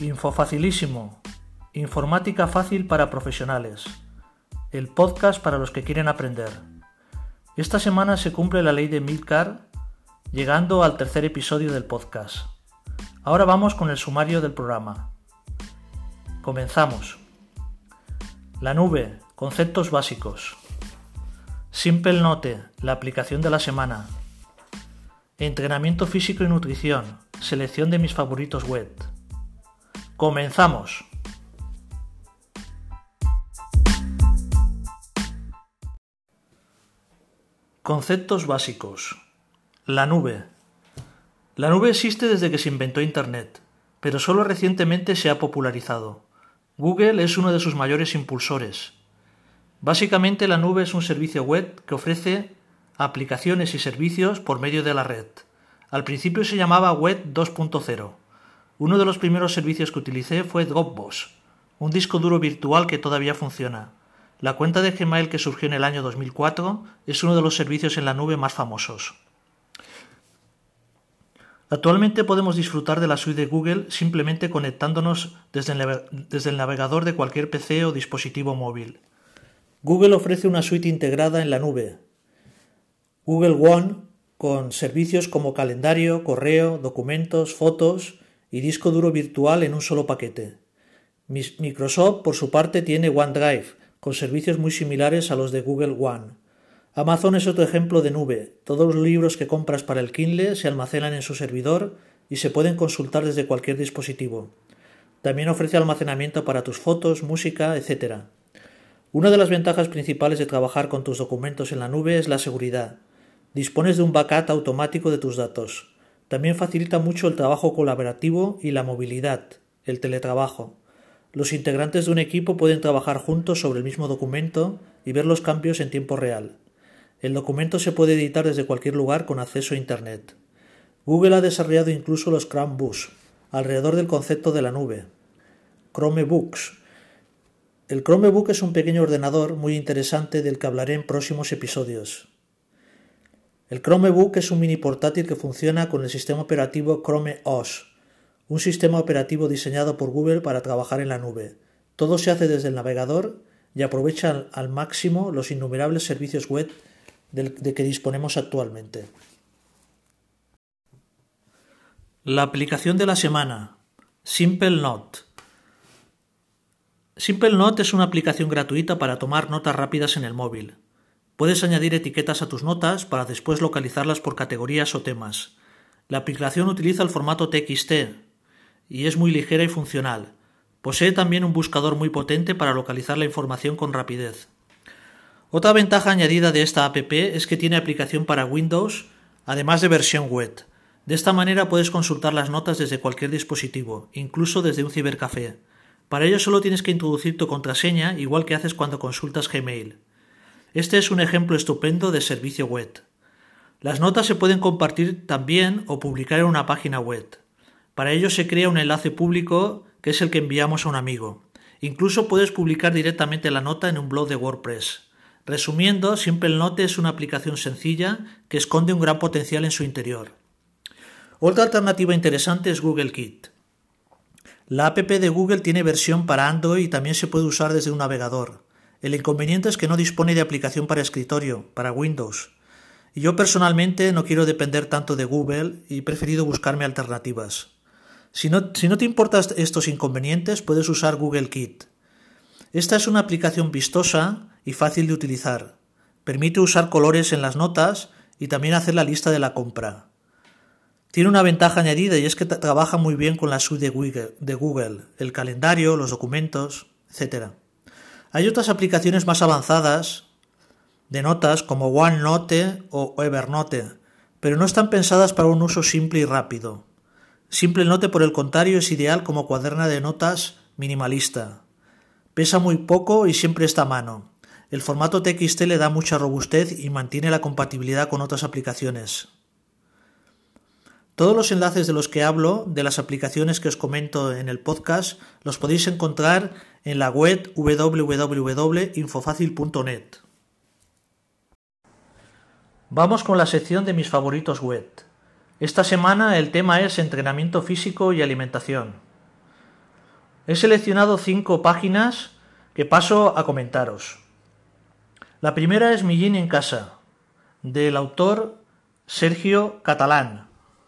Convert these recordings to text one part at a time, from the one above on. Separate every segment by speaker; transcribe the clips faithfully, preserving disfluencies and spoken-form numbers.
Speaker 1: Infofacilísimo, informática fácil para profesionales, el podcast para los que quieren aprender. Esta semana se cumple la ley de Milcar, llegando al tercer episodio del podcast. Ahora vamos con el sumario del programa. Comenzamos. La nube, conceptos básicos. Simple Note, la aplicación de la semana. Entrenamiento físico y nutrición, selección de mis favoritos web. ¡Comenzamos! Conceptos básicos. La nube. La nube existe desde que se inventó Internet, pero solo recientemente se ha popularizado. Google es uno de sus mayores impulsores. Básicamente, la nube es un servicio web que ofrece aplicaciones y servicios por medio de la red. Al principio se llamaba Web dos punto cero. Uno de los primeros servicios que utilicé fue Dropbox, un disco duro virtual que todavía funciona. La cuenta de Gmail que surgió en el año dos mil cuatro es uno de los servicios en la nube más famosos. Actualmente podemos disfrutar de la suite de Google simplemente conectándonos desde el, desde el navegador de cualquier P C o dispositivo móvil. Google ofrece una suite integrada en la nube, Google One, con servicios como calendario, correo, documentos, fotos y disco duro virtual en un solo paquete. Microsoft, por su parte, tiene OneDrive, con servicios muy similares a los de Google One. Amazon es otro ejemplo de nube. Todos los libros que compras para el Kindle se almacenan en su servidor y se pueden consultar desde cualquier dispositivo. También ofrece almacenamiento para tus fotos, música, etcétera. Una de las ventajas principales de trabajar con tus documentos en la nube es la seguridad. Dispones de un backup automático de tus datos. También facilita mucho el trabajo colaborativo y la movilidad, el teletrabajo. Los integrantes de un equipo pueden trabajar juntos sobre el mismo documento y ver los cambios en tiempo real. El documento se puede editar desde cualquier lugar con acceso a Internet. Google ha desarrollado incluso los Chromebooks, alrededor del concepto de la nube. Chromebooks. El Chromebook es un pequeño ordenador muy interesante del que hablaré en próximos episodios. El Chromebook es un mini portátil que funciona con el sistema operativo Chrome O S, un sistema operativo diseñado por Google para trabajar en la nube. Todo se hace desde el navegador y aprovecha al, al máximo los innumerables servicios web de, de que disponemos actualmente. La aplicación de la semana, Simple Note. Simple Note es una aplicación gratuita para tomar notas rápidas en el móvil. Puedes añadir etiquetas a tus notas para después localizarlas por categorías o temas. La aplicación utiliza el formato T X T y es muy ligera y funcional. Posee también un buscador muy potente para localizar la información con rapidez. Otra ventaja añadida de esta app es que tiene aplicación para Windows, además de versión web. De esta manera puedes consultar las notas desde cualquier dispositivo, incluso desde un cibercafé. Para ello solo tienes que introducir tu contraseña, igual que haces cuando consultas Gmail. Este es un ejemplo estupendo de servicio web. Las notas se pueden compartir también o publicar en una página web. Para ello se crea un enlace público que es el que enviamos a un amigo. Incluso puedes publicar directamente la nota en un blog de WordPress. Resumiendo, Simple Note es una aplicación sencilla que esconde un gran potencial en su interior. Otra alternativa interesante es Google Keep. La app de Google tiene versión para Android y también se puede usar desde un navegador. El inconveniente es que no dispone de aplicación para escritorio, para Windows. Y yo personalmente no quiero depender tanto de Google y he preferido buscarme alternativas. Si no, si no te importan estos inconvenientes, puedes usar Google Keep. Esta es una aplicación vistosa y fácil de utilizar. Permite usar colores en las notas y también hacer la lista de la compra. Tiene una ventaja añadida y es que trabaja muy bien con la suite de Google, de Google, el calendario, los documentos, etcétera. Hay otras aplicaciones más avanzadas de notas como OneNote o Evernote, pero no están pensadas para un uso simple y rápido. Simple Note, por el contrario, es ideal como cuaderno de notas minimalista. Pesa muy poco y siempre está a mano. El formato T X T le da mucha robustez y mantiene la compatibilidad con otras aplicaciones. Todos los enlaces de los que hablo, de las aplicaciones que os comento en el podcast, los podéis encontrar en la web w w w punto infofacil punto net. Vamos con la sección de mis favoritos web. Esta semana el tema es entrenamiento físico y alimentación. He seleccionado cinco páginas que paso a comentaros. La primera es Millín en casa, del autor Sergio Catalán.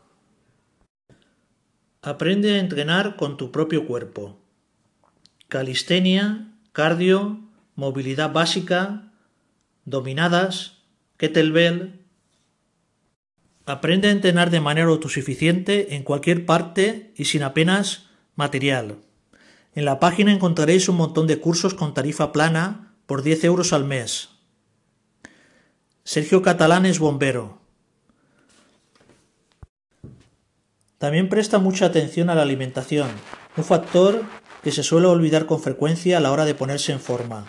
Speaker 1: Aprende a entrenar con tu propio cuerpo. Calistenia, cardio, movilidad básica, dominadas, kettlebell. Aprende a entrenar de manera autosuficiente en cualquier parte y sin apenas material. En la página encontraréis un montón de cursos con tarifa plana por diez euros al mes. Sergio Catalán es bombero. También presta mucha atención a la alimentación, un factor que se suele olvidar con frecuencia a la hora de ponerse en forma.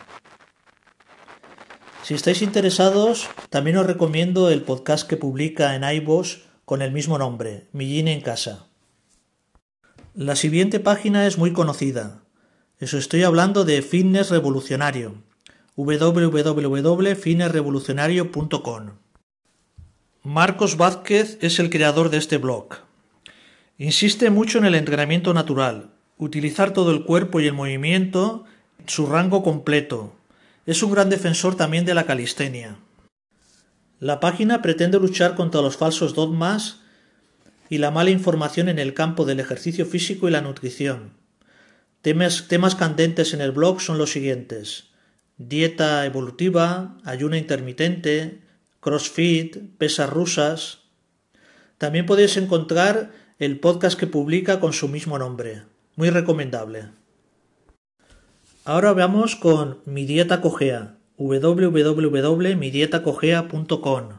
Speaker 1: Si estáis interesados, también os recomiendo el podcast que publica en iVoox con el mismo nombre, Millín en casa. La siguiente página es muy conocida. Os estoy hablando de Fitness Revolucionario, w w w punto fitness revolucionario punto com. Marcos Vázquez es el creador de este blog. Insiste mucho en el entrenamiento natural, utilizar todo el cuerpo y el movimiento en su rango completo. Es un gran defensor también de la calistenia. La página pretende luchar contra los falsos dogmas y la mala información en el campo del ejercicio físico y la nutrición. Temas, temas candentes en el blog son los siguientes: dieta evolutiva, ayuno intermitente, crossfit, pesas rusas. También podéis encontrar el podcast que publica con su mismo nombre, muy recomendable. Ahora veamos con Mi Dieta Cogea, w w w punto mi dieta cogea punto com.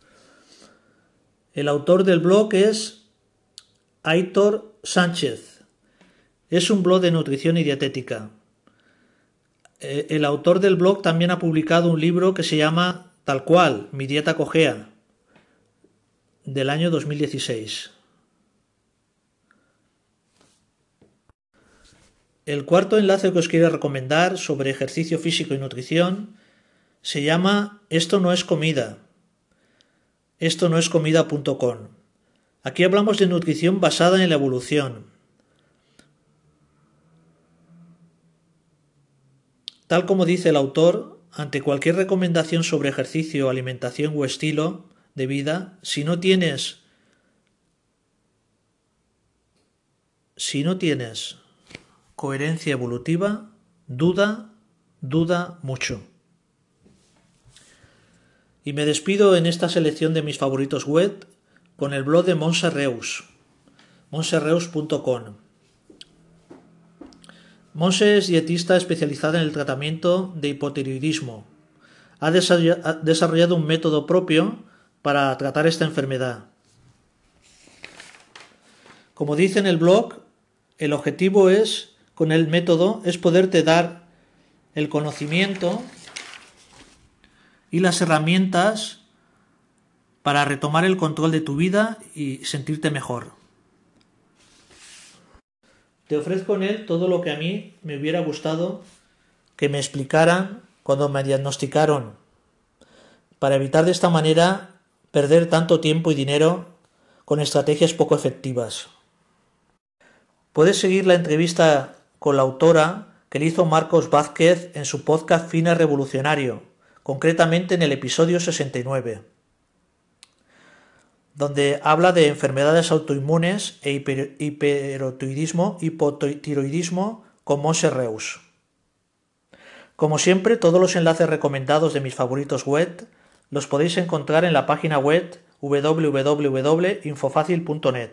Speaker 1: El autor del blog es Aitor Sánchez. Es un blog de nutrición y dietética. El autor del blog también ha publicado un libro que se llama tal cual, Mi Dieta Cogea, del año dos mil dieciséis. El cuarto enlace que os quiero recomendar sobre ejercicio físico y nutrición se llama Esto no es comida, esto no es comida punto com. Aquí hablamos de nutrición basada en la evolución. Tal como dice el autor, ante cualquier recomendación sobre ejercicio, alimentación o estilo de vida, si no tienes, si no tienes coherencia evolutiva, duda, duda mucho. Y me despido en esta selección de mis favoritos web con el blog de Montse Reus, montse reus punto com. Montse es dietista especializada en el tratamiento de hipotiroidismo. Ha desarrollado un método propio para tratar esta enfermedad. Como dice en el blog, el objetivo es, con el método, es poderte dar el conocimiento y las herramientas para retomar el control de tu vida y sentirte mejor. Te ofrezco en él todo lo que a mí me hubiera gustado que me explicaran cuando me diagnosticaron, para evitar de esta manera perder tanto tiempo y dinero con estrategias poco efectivas. Puedes seguir la entrevista con la autora que le hizo Marcos Vázquez en su podcast Fitness Revolucionario, concretamente en el episodio sesenta y nueve. Donde habla de enfermedades autoinmunes e hiper, hiperotiroidismo, hipotiroidismo con Montse Reus. Como siempre, todos los enlaces recomendados de mis favoritos web los podéis encontrar en la página web w w w punto infofacil punto net.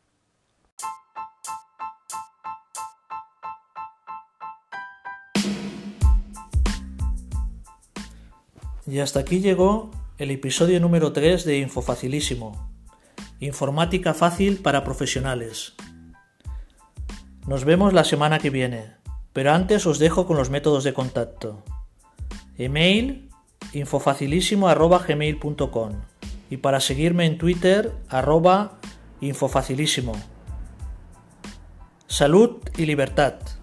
Speaker 1: Y hasta aquí llegó el episodio número tres de Infofacilísimo. Informática fácil para profesionales. Nos vemos la semana que viene, pero antes os dejo con los métodos de contacto. Email infofacilísimo arroba gmail punto com y para seguirme en Twitter arroba infofacilísimo. Salud y libertad.